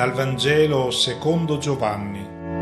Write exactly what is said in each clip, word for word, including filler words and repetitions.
Dal Vangelo secondo Giovanni.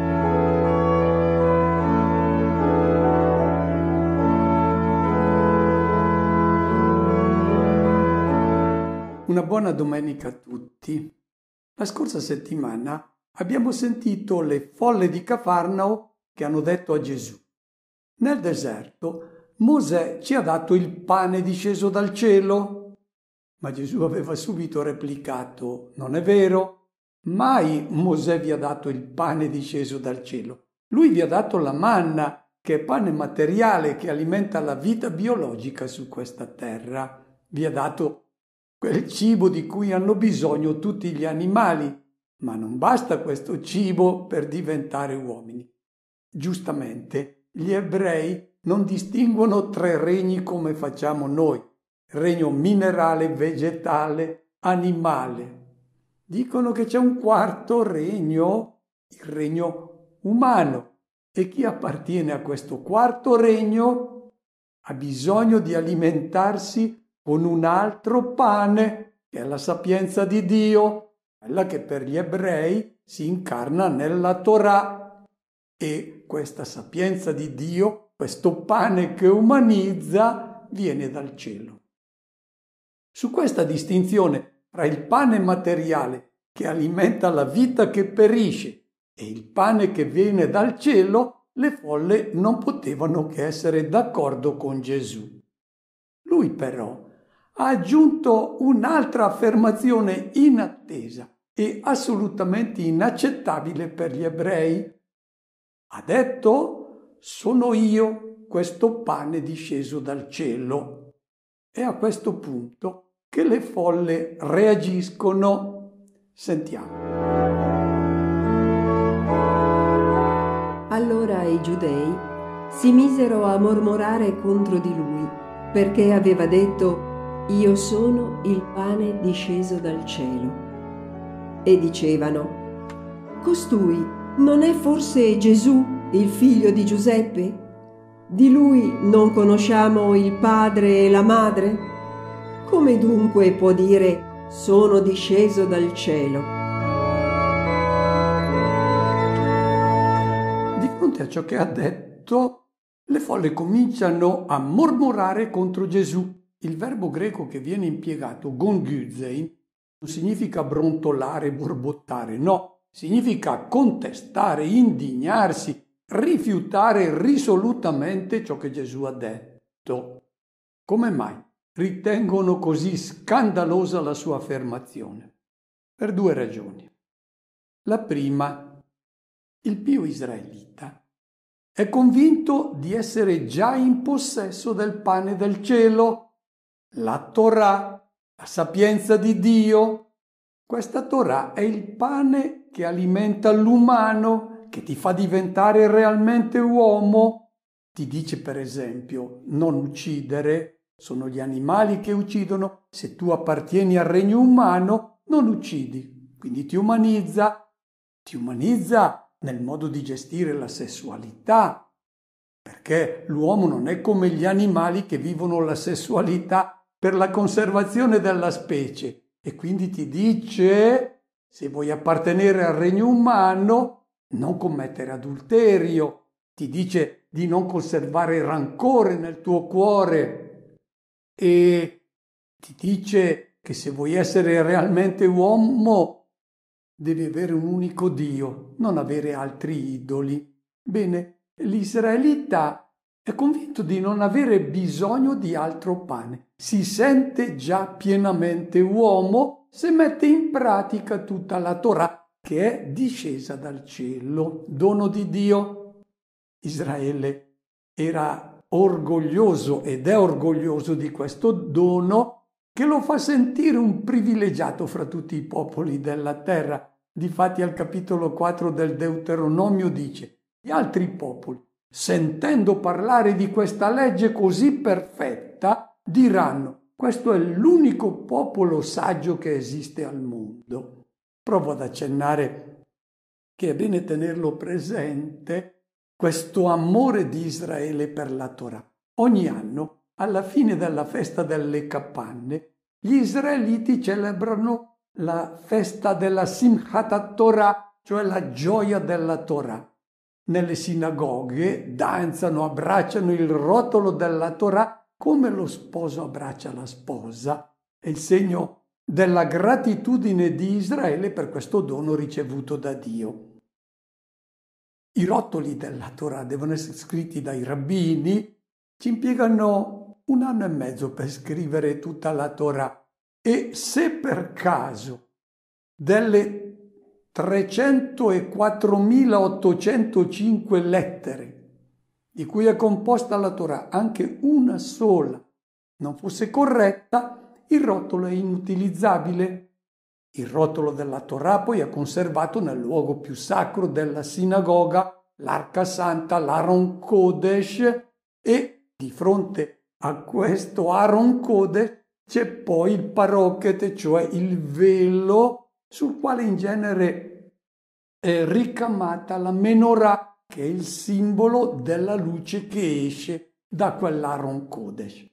Una buona domenica a tutti. La scorsa settimana abbiamo sentito le folle di Cafarnao che hanno detto a Gesù: nel deserto Mosè ci ha dato il pane disceso dal cielo. Ma Gesù aveva subito replicato: non è vero, mai Mosè vi ha dato il pane disceso dal cielo. Lui vi ha dato la manna, che è pane materiale che alimenta la vita biologica su questa terra. Vi ha dato quel cibo di cui hanno bisogno tutti gli animali, ma non basta questo cibo per diventare uomini. Giustamente, gli ebrei non distinguono tre regni come facciamo noi: regno minerale, vegetale, animale. Dicono che c'è un quarto regno, il regno umano, e chi appartiene a questo quarto regno ha bisogno di alimentarsi con un altro pane, che è la sapienza di Dio, quella che per gli ebrei si incarna nella Torah. E questa sapienza di Dio, questo pane che umanizza, viene dal cielo. Su questa distinzione tra il pane materiale che alimenta la vita che perisce e il pane che viene dal cielo, le folle non potevano che essere d'accordo con Gesù. Lui però ha aggiunto un'altra affermazione inattesa e assolutamente inaccettabile per gli ebrei. Ha detto: sono io questo pane disceso dal cielo. È a questo punto che le folle reagiscono. Sentiamo. Allora i giudei si misero a mormorare contro di lui, perché aveva detto: io sono il pane disceso dal cielo. E dicevano: costui non è forse Gesù, il figlio di Giuseppe? Di lui non conosciamo il padre e la madre? Come dunque può dire: sono disceso dal cielo? Di fronte a ciò che ha detto, le folle cominciano a mormorare contro Gesù. Il verbo greco che viene impiegato, gongyuzein, non significa brontolare, borbottare, no, significa contestare, indignarsi, rifiutare risolutamente ciò che Gesù ha detto. Come mai ritengono così scandalosa la sua affermazione? Per due ragioni. La prima: il pio israelita è convinto di essere già in possesso del pane del cielo, la Torah, la sapienza di Dio. Questa Torah è il pane che alimenta l'umano, che ti fa diventare realmente uomo. Ti dice, per esempio, non uccidere, sono gli animali che uccidono, se tu appartieni al regno umano non uccidi, quindi ti umanizza, ti umanizza nel modo di gestire la sessualità, perché l'uomo non è come gli animali che vivono la sessualità per la conservazione della specie, e quindi ti dice: se vuoi appartenere al regno umano, non commettere adulterio, ti dice di non conservare rancore nel tuo cuore, e ti dice che se vuoi essere realmente uomo devi avere un unico Dio, non avere altri idoli. Bene, l'israelita è convinto di non avere bisogno di altro pane, si sente già pienamente uomo se mette in pratica tutta la Torah, che è discesa dal cielo, dono di Dio. Israele era orgoglioso ed è orgoglioso di questo dono, che lo fa sentire un privilegiato fra tutti i popoli della terra. Difatti al capitolo quattro del Deuteronomio dice: gli altri popoli, sentendo parlare di questa legge così perfetta, diranno: questo è l'unico popolo saggio che esiste al mondo. Provo ad accennare che è bene tenerlo presente, questo amore di Israele per la Torah. Ogni anno, alla fine della festa delle capanne, gli israeliti celebrano la festa della Simchat Torah, cioè la gioia della Torah. Nelle sinagoghe danzano, abbracciano il rotolo della Torah come lo sposo abbraccia la sposa. È il segno della gratitudine di Israele per questo dono ricevuto da Dio. I rotoli della Torah devono essere scritti dai rabbini, ci impiegano un anno e mezzo per scrivere tutta la Torah e se per caso delle trecentoquattromilaottocentocinque lettere di cui è composta la Torah, anche una sola non fosse corretta, il rotolo è inutilizzabile. Il rotolo della Torah poi è conservato nel luogo più sacro della sinagoga, l'Arca Santa, l'Aron Kodesh, e di fronte a questo Aron Kodesh c'è poi il Parochet, cioè il velo sul quale in genere è ricamata la menorah, che è il simbolo della luce che esce da quell'Aron Kodesh.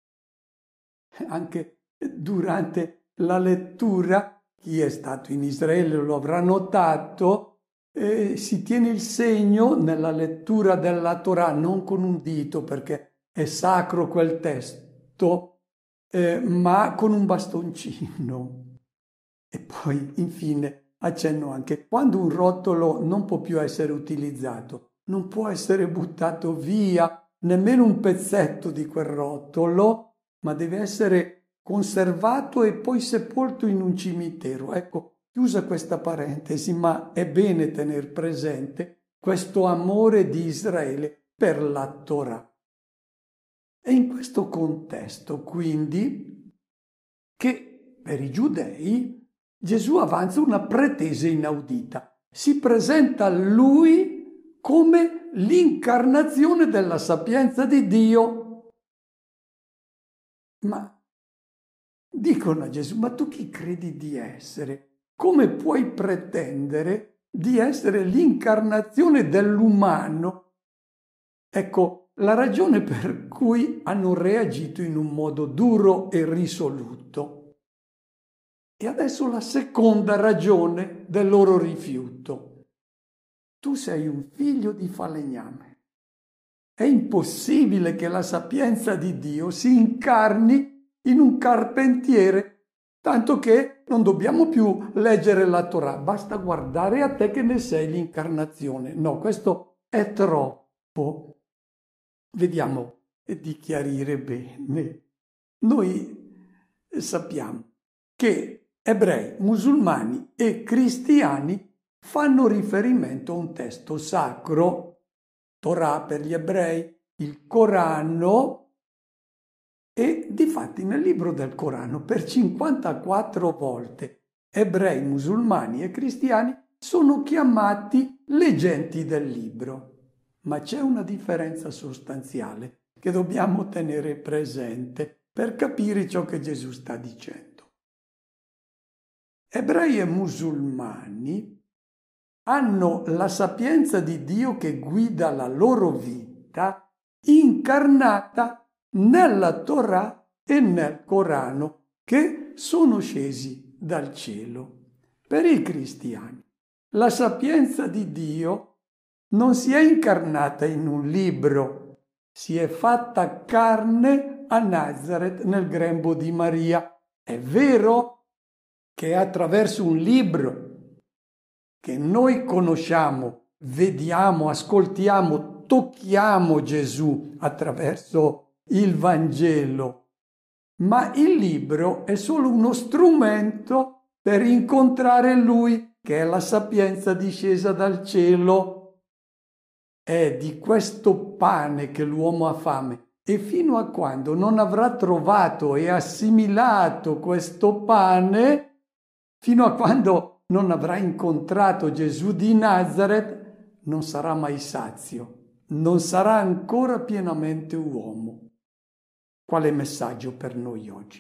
Anche durante la lettura, chi è stato in Israele lo avrà notato, eh, si tiene il segno nella lettura della Torah, non con un dito perché è sacro quel testo, eh, ma con un bastoncino. E poi, infine, accenno anche, quando un rotolo non può più essere utilizzato, non può essere buttato via nemmeno un pezzetto di quel rotolo, ma deve essere conservato e poi sepolto in un cimitero. Ecco, chiusa questa parentesi, ma è bene tener presente questo amore di Israele per la Torah. È in questo contesto, quindi, che per i giudei Gesù avanza una pretesa inaudita. Si presenta a lui come l'incarnazione della sapienza di Dio. Ma dicono a Gesù, ma tu chi credi di essere? Come puoi pretendere di essere l'incarnazione dell'umano? Ecco, la ragione per cui hanno reagito in un modo duro e risoluto. E adesso la seconda ragione del loro rifiuto. Tu sei un figlio di falegname. È impossibile che la sapienza di Dio si incarni in un carpentiere, tanto che non dobbiamo più leggere la Torah, basta guardare a te che ne sei l'incarnazione. No, questo è troppo. Vediamo di chiarire bene. Noi sappiamo che ebrei, musulmani e cristiani fanno riferimento a un testo sacro, Torah per gli ebrei, il Corano. E difatti nel libro del Corano per cinquantaquattro volte ebrei, musulmani e cristiani sono chiamati leggenti del libro. Ma c'è una differenza sostanziale che dobbiamo tenere presente per capire ciò che Gesù sta dicendo. Ebrei e musulmani hanno la sapienza di Dio che guida la loro vita incarnata nella Torah e nel Corano, che sono scesi dal cielo. Per i cristiani, la sapienza di Dio non si è incarnata in un libro, si è fatta carne a Nazareth nel grembo di Maria. È vero che attraverso un libro che noi conosciamo, vediamo, ascoltiamo, tocchiamo Gesù attraverso il Vangelo, ma il libro è solo uno strumento per incontrare Lui, che è la sapienza discesa dal cielo. È di questo pane che l'uomo ha fame e fino a quando non avrà trovato e assimilato questo pane, fino a quando non avrà incontrato Gesù di Nazareth, non sarà mai sazio, non sarà ancora pienamente uomo. Quale messaggio per noi oggi?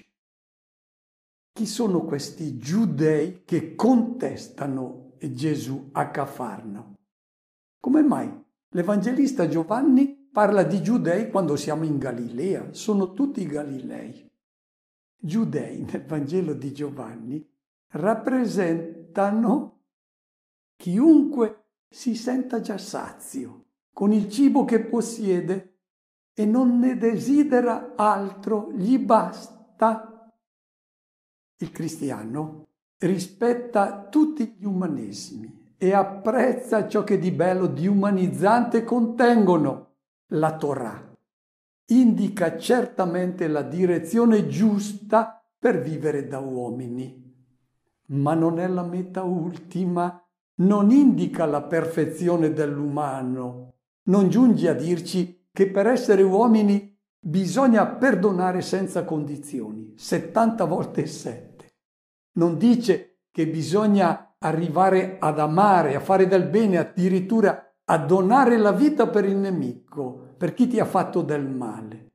Chi sono questi giudei che contestano Gesù a Cafarnao? Come mai l'Evangelista Giovanni parla di giudei quando siamo in Galilea? Sono tutti Galilei. Giudei nel Vangelo di Giovanni rappresentano chiunque si senta già sazio con il cibo che possiede e non ne desidera altro, gli basta. Il cristiano rispetta tutti gli umanesimi e apprezza ciò che di bello, di umanizzante contengono. La Torah indica certamente la direzione giusta per vivere da uomini, ma non è la meta ultima, non indica la perfezione dell'umano, non giunge a dirci che per essere uomini bisogna perdonare senza condizioni, settanta volte sette. Non dice che bisogna arrivare ad amare, a fare del bene, addirittura a donare la vita per il nemico, per chi ti ha fatto del male.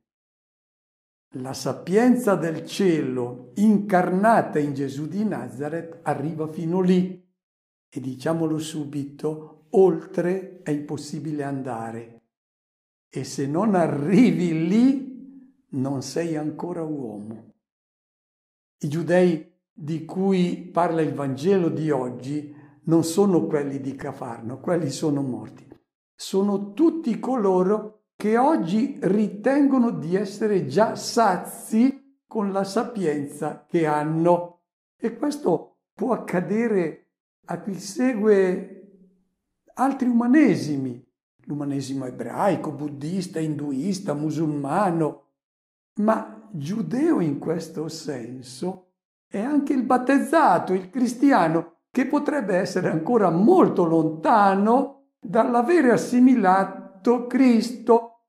La sapienza del cielo incarnata in Gesù di Nazaret arriva fino lì e, diciamolo subito, oltre è impossibile andare. E se non arrivi lì, non sei ancora uomo. I giudei di cui parla il Vangelo di oggi non sono quelli di Cafarno, quelli sono morti. Sono tutti coloro che oggi ritengono di essere già sazi con la sapienza che hanno. E questo può accadere a chi segue altri umanesimi, l'umanesimo ebraico, buddista, induista, musulmano, ma giudeo in questo senso è anche il battezzato, il cristiano, che potrebbe essere ancora molto lontano dall'avere assimilato Cristo,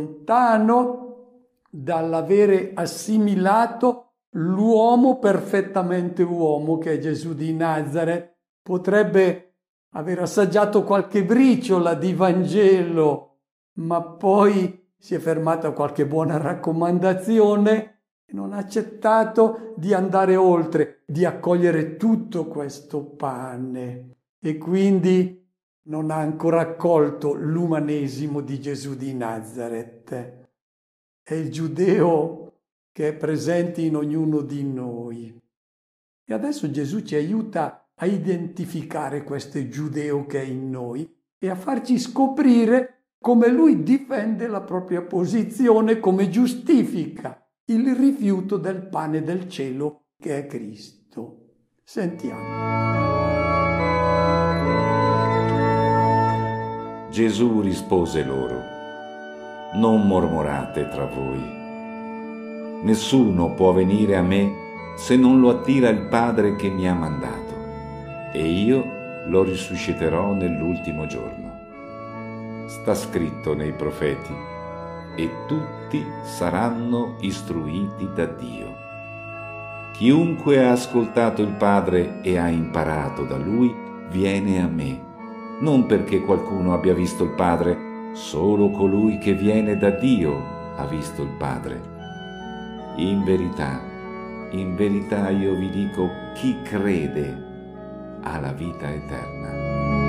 lontano dall'avere assimilato l'uomo perfettamente uomo che è Gesù di Nazaret. Potrebbe aver assaggiato qualche briciola di Vangelo, ma poi si è fermato a qualche buona raccomandazione e non ha accettato di andare oltre, di accogliere tutto questo pane. E quindi non ha ancora accolto l'umanesimo di Gesù di Nazaret. È il giudeo che è presente in ognuno di noi. E adesso Gesù ci aiuta a identificare questo giudeo che è in noi e a farci scoprire come lui difende la propria posizione, come giustifica il rifiuto del pane del cielo che è Cristo. Sentiamo. Gesù rispose loro: non mormorate tra voi. Nessuno può venire a me se non lo attira il Padre che mi ha mandato, e io lo risusciterò nell'ultimo giorno. Sta scritto nei profeti: e tutti saranno istruiti da Dio. Chiunque ha ascoltato il Padre e ha imparato da Lui viene a me, non perché qualcuno abbia visto il Padre, solo colui che viene da Dio ha visto il Padre. In verità, in verità io vi dico, chi crede ha la vita eterna.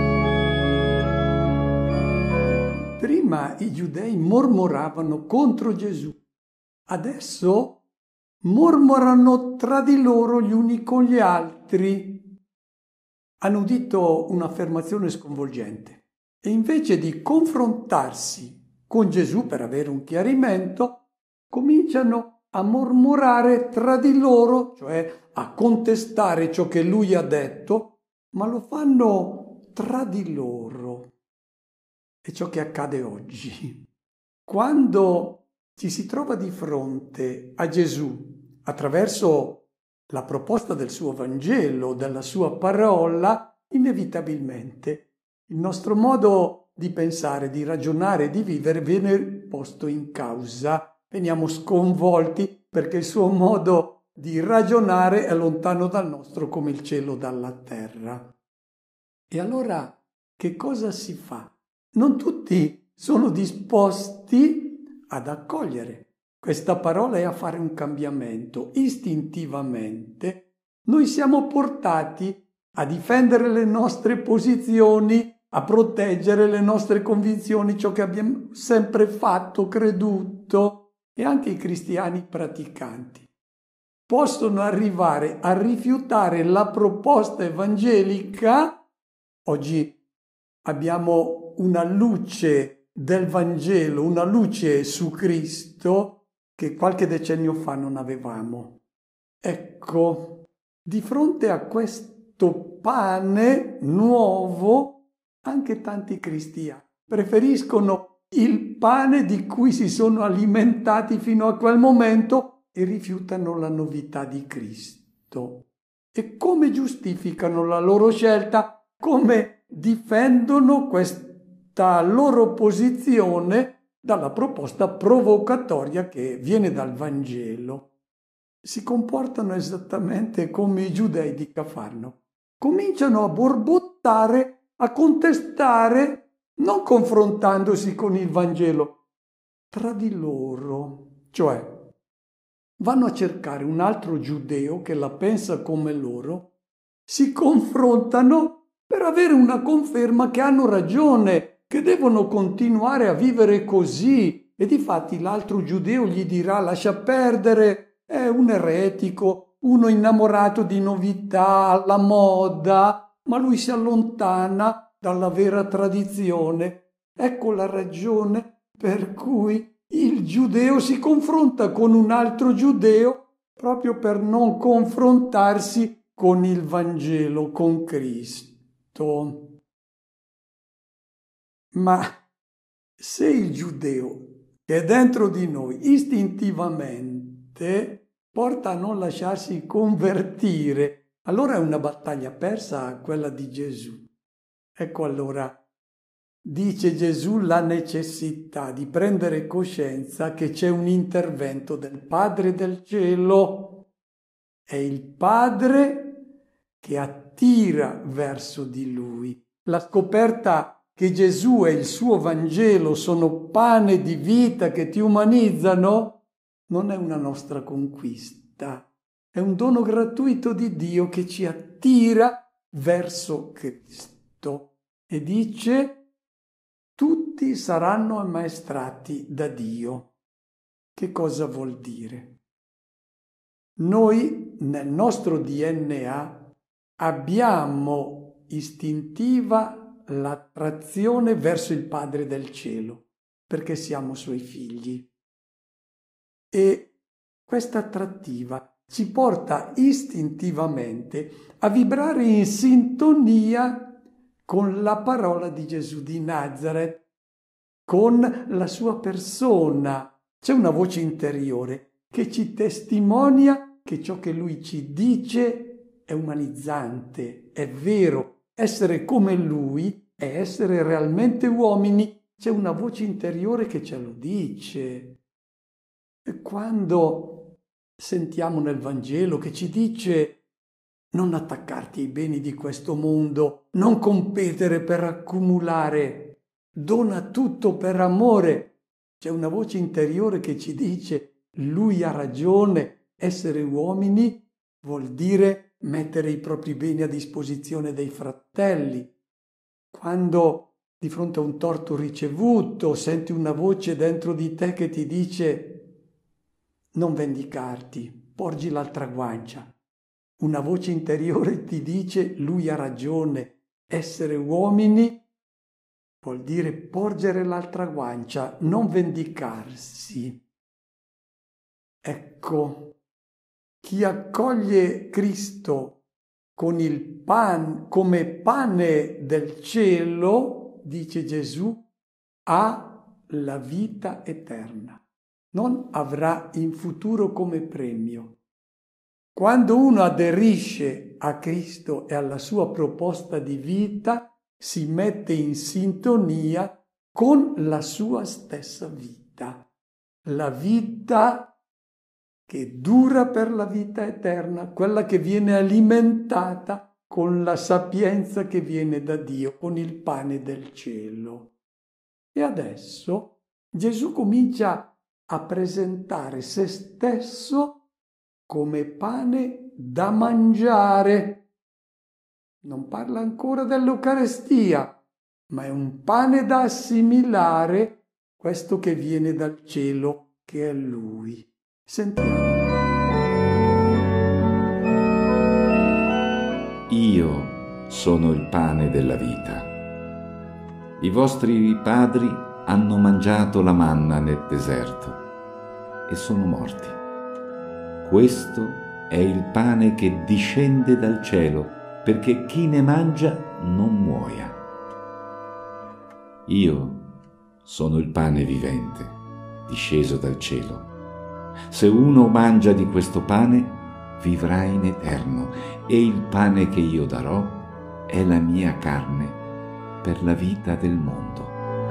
Prima i giudei mormoravano contro Gesù, adesso mormorano tra di loro gli uni con gli altri. Hanno udito un'affermazione sconvolgente e invece di confrontarsi con Gesù per avere un chiarimento, cominciano a mormorare tra di loro, cioè a contestare ciò che lui ha detto, ma lo fanno tra di loro. È ciò che accade oggi. Quando ci si trova di fronte a Gesù attraverso la proposta del suo Vangelo, della sua parola, inevitabilmente il nostro modo di pensare, di ragionare, di vivere viene posto in causa. Veniamo sconvolti perché il suo modo di ragionare è lontano dal nostro come il cielo dalla terra. E allora che cosa si fa? Non tutti sono disposti ad accogliere questa parola e a fare un cambiamento. Istintivamente noi siamo portati a difendere le nostre posizioni, a proteggere le nostre convinzioni, ciò che abbiamo sempre fatto, creduto, e anche i cristiani praticanti. possono arrivare a rifiutare la proposta evangelica. Oggi abbiamo una luce del Vangelo, una luce su Cristo che qualche decennio fa non avevamo. Ecco, di fronte a questo pane nuovo, anche tanti cristiani preferiscono il pane di cui si sono alimentati fino a quel momento e rifiutano la novità di Cristo. E come giustificano la loro scelta? Come difendono questa loro posizione dalla proposta provocatoria che viene dal Vangelo? Si comportano esattamente come i giudei di Cafarno. Cominciano a borbottare, a contestare, non confrontandosi con il Vangelo, tra di loro. Cioè, vanno a cercare un altro giudeo che la pensa come loro, si confrontano per avere una conferma che hanno ragione, che devono continuare a vivere così. E difatti l'altro giudeo gli dirà: lascia perdere, è un eretico, uno innamorato di novità, alla moda, ma lui si allontana dalla vera tradizione. Ecco la ragione per cui il giudeo si confronta con un altro giudeo proprio per non confrontarsi con il Vangelo, con Cristo. Ma se il giudeo che è dentro di noi istintivamente porta a non lasciarsi convertire, allora è una battaglia persa quella di Gesù. Ecco allora, dice Gesù, la necessità di prendere coscienza che c'è un intervento del Padre del cielo. È il Padre che attira verso di Lui. La scoperta che Gesù e il suo Vangelo sono pane di vita che ti umanizzano non è una nostra conquista, è un dono gratuito di Dio che ci attira verso Cristo e dice: tutti saranno ammaestrati da Dio. Che cosa vuol dire? Noi nel nostro D N A abbiamo istintiva l'attrazione verso il Padre del cielo, perché siamo suoi figli. E questa attrattiva ci porta istintivamente a vibrare in sintonia con la parola di Gesù di Nazareth, con la sua persona. C'è una voce interiore che ci testimonia che ciò che lui ci dice è umanizzante, è vero. Essere come lui è essere realmente uomini. C'è una voce interiore che ce lo dice. E quando sentiamo nel Vangelo che ci dice: non attaccarti ai beni di questo mondo, non competere per accumulare, dona tutto per amore, c'è una voce interiore che ci dice: lui ha ragione, essere uomini vuol dire mettere i propri beni a disposizione dei fratelli. Quando di fronte a un torto ricevuto senti una voce dentro di te che ti dice: non vendicarti, porgi l'altra guancia. Una voce interiore ti dice: lui ha ragione, essere uomini vuol dire porgere l'altra guancia, non vendicarsi. Ecco, chi accoglie Cristo con il pan, come pane del cielo, dice Gesù, ha la vita eterna. Non avrà in futuro come premio. Quando uno aderisce a Cristo e alla sua proposta di vita, si mette in sintonia con la sua stessa vita. La vita che dura per la vita eterna, quella che viene alimentata con la sapienza che viene da Dio, con il pane del cielo. E adesso Gesù comincia a presentare se stesso come pane da mangiare. Non parla ancora dell'Eucarestia, ma è un pane da assimilare, questo che viene dal cielo, che è Lui. Sentiamo. Io sono il pane della vita. I vostri padri hanno mangiato la manna nel deserto e sono morti. Questo è il pane che discende dal cielo, perché chi ne mangia non muoia. Io sono il pane vivente, disceso dal cielo. Se uno mangia di questo pane, vivrà in eterno, e il pane che io darò è la mia carne per la vita del mondo.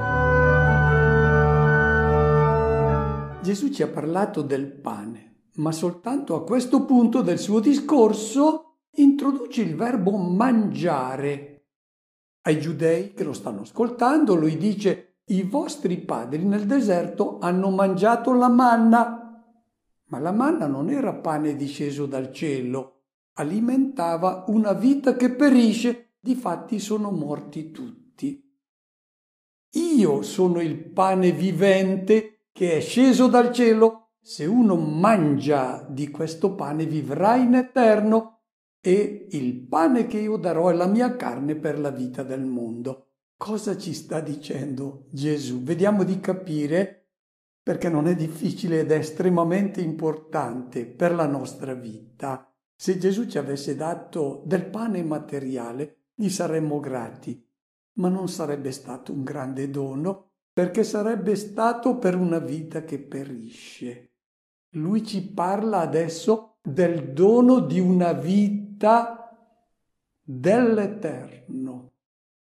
Gesù ci ha parlato del pane, ma soltanto a questo punto del suo discorso introduce il verbo mangiare. Ai giudei che lo stanno ascoltando lui dice: i vostri padri nel deserto hanno mangiato la manna. Ma la manna non era pane disceso dal cielo, alimentava una vita che perisce, difatti sono morti tutti. Io sono il pane vivente che è sceso dal cielo. Se uno mangia di questo pane vivrà in eterno, e il pane che io darò è la mia carne per la vita del mondo. Cosa ci sta dicendo Gesù? Vediamo di capire, perché non è difficile ed è estremamente importante per la nostra vita. Se Gesù ci avesse dato del pane materiale, gli saremmo grati, ma non sarebbe stato un grande dono, perché sarebbe stato per una vita che perisce. Lui ci parla adesso del dono di una vita dell'eterno.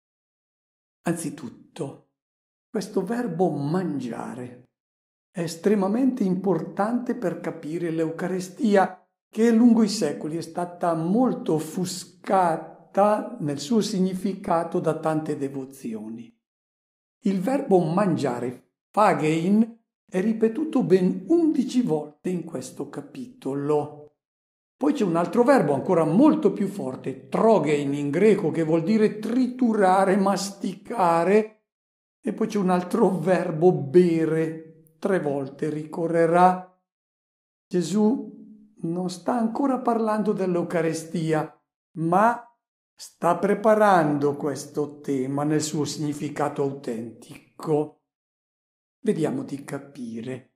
Anzitutto, questo verbo mangiare è estremamente importante per capire l'Eucarestia, che lungo i secoli è stata molto offuscata nel suo significato da tante devozioni. Il verbo mangiare, phagein, è ripetuto ben undici volte in questo capitolo. Poi c'è un altro verbo ancora molto più forte, trogein in greco, che vuol dire triturare, masticare, e poi c'è un altro verbo, bere. Tre volte ricorrerà. Gesù non sta ancora parlando dell'Eucarestia, ma sta preparando questo tema nel suo significato autentico. Vediamo di capire.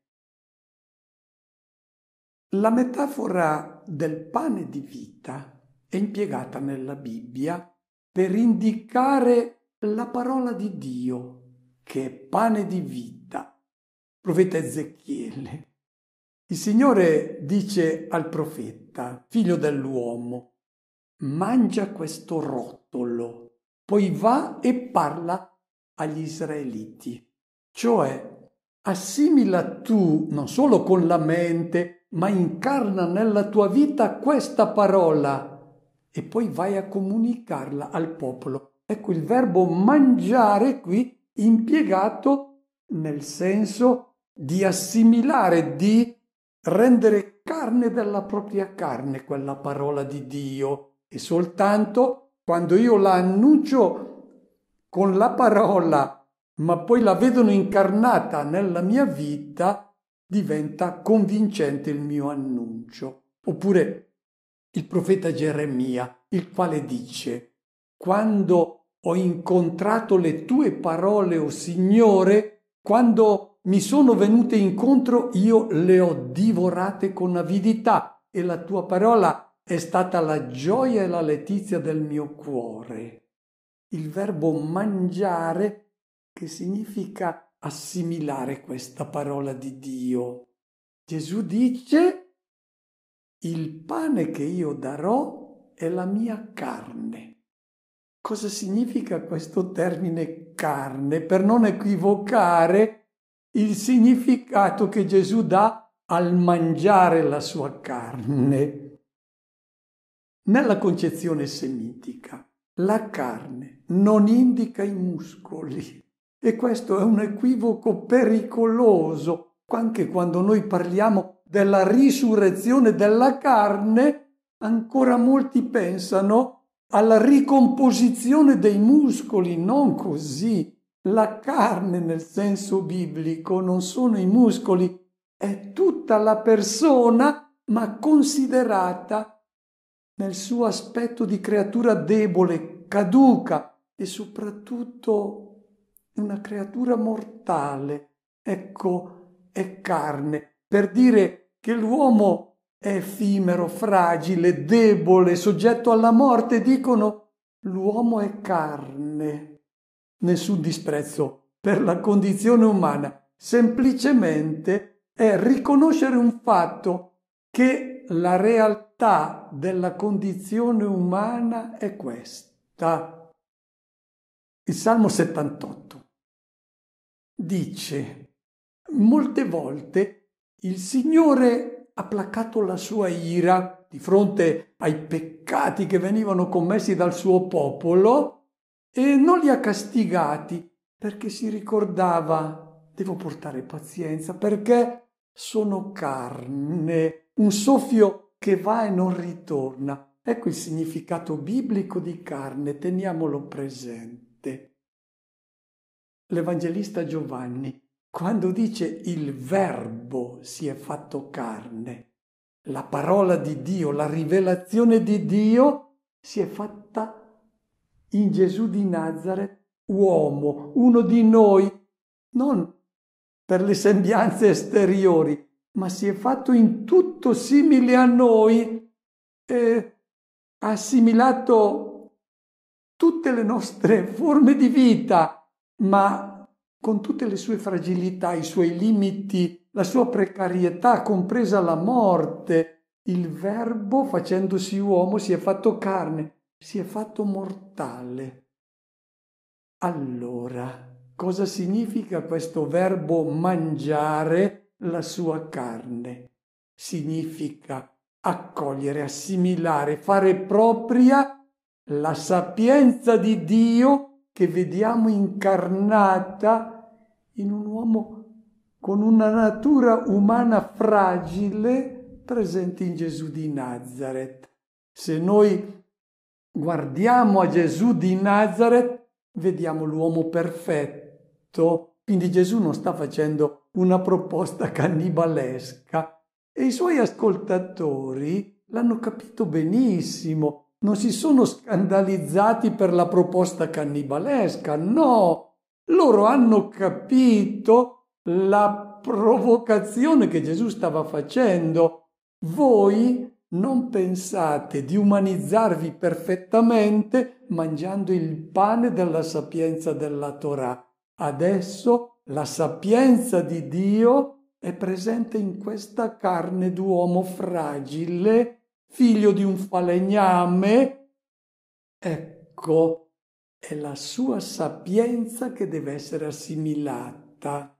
La metafora del pane di vita è impiegata nella Bibbia per indicare la parola di Dio, che è pane di vita. Profeta Ezechiele. Il Signore dice al profeta, figlio dell'uomo, mangia questo rotolo, poi va e parla agli israeliti. Cioè, assimila tu, non solo con la mente, ma incarna nella tua vita questa parola e poi vai a comunicarla al popolo. Ecco il verbo mangiare qui impiegato nel senso di assimilare, di rendere carne della propria carne quella parola di Dio, e soltanto quando io la annuncio con la parola, ma poi la vedono incarnata nella mia vita, diventa convincente il mio annuncio. Oppure il profeta Geremia, il quale dice: quando ho incontrato le tue parole, o Signore, quando mi sono venute incontro, io le ho divorate con avidità, e la tua parola è stata la gioia e la letizia del mio cuore. Il verbo mangiare, che significa assimilare questa parola di Dio. Gesù dice: il pane che io darò è la mia carne. Cosa significa questo termine carne? Per non equivocare il significato che Gesù dà al mangiare la sua carne. Nella concezione semitica, la carne non indica i muscoli, e questo è un equivoco pericoloso. Anche quando noi parliamo della risurrezione della carne, ancora molti pensano alla ricomposizione dei muscoli. Non così. La carne nel senso biblico non sono i muscoli, è tutta la persona, ma considerata nel suo aspetto di creatura debole, caduca e soprattutto una creatura mortale. Ecco, è carne, per dire che l'uomo è effimero, fragile, debole, soggetto alla morte. Dicono: l'uomo è carne. Nessun disprezzo per la condizione umana, semplicemente è riconoscere un fatto, che la realtà della condizione umana è questa. Il Salmo settantotto dice: molte volte il Signore ha placato la sua ira di fronte ai peccati che venivano commessi dal suo popolo e non li ha castigati, perché si ricordava: devo portare pazienza perché sono carne, un soffio che va e non ritorna. Ecco il significato biblico di carne, teniamolo presente. L'Evangelista Giovanni, quando dice il Verbo si è fatto carne, la parola di Dio, la rivelazione di Dio si è fatta in Gesù di Nazaret, uomo, uno di noi, non per le sembianze esteriori, ma si è fatto in tutto simile a noi, e ha assimilato tutte le nostre forme di vita, ma con tutte le sue fragilità, i suoi limiti, la sua precarietà, compresa la morte. Il Verbo, facendosi uomo, si è fatto carne, si è fatto mortale. Allora, cosa significa questo verbo mangiare la sua carne? Significa accogliere, assimilare, fare propria la sapienza di Dio che vediamo incarnata in un uomo con una natura umana fragile presente in Gesù di Nazaret. Se noi guardiamo a Gesù di Nazaret, vediamo l'uomo perfetto. Quindi Gesù non sta facendo una proposta cannibalesca e i suoi ascoltatori l'hanno capito benissimo. Non si sono scandalizzati per la proposta cannibalesca, no. Loro hanno capito la provocazione che Gesù stava facendo. Voi non pensate di umanizzarvi perfettamente mangiando il pane della sapienza della Torah. Adesso la sapienza di Dio è presente in questa carne d'uomo fragile, figlio di un falegname. Ecco, è la sua sapienza che deve essere assimilata.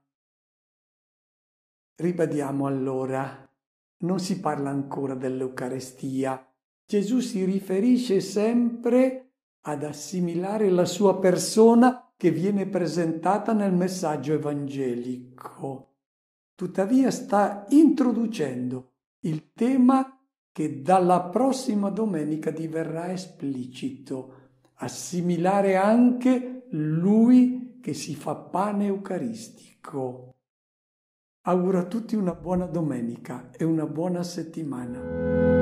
Ribadiamo allora. Non si parla ancora dell'Eucarestia. Gesù si riferisce sempre ad assimilare la sua persona che viene presentata nel messaggio evangelico. Tuttavia sta introducendo il tema che dalla prossima domenica diverrà esplicito: assimilare anche Lui che si fa pane eucaristico. Auguro a tutti una buona domenica e una buona settimana.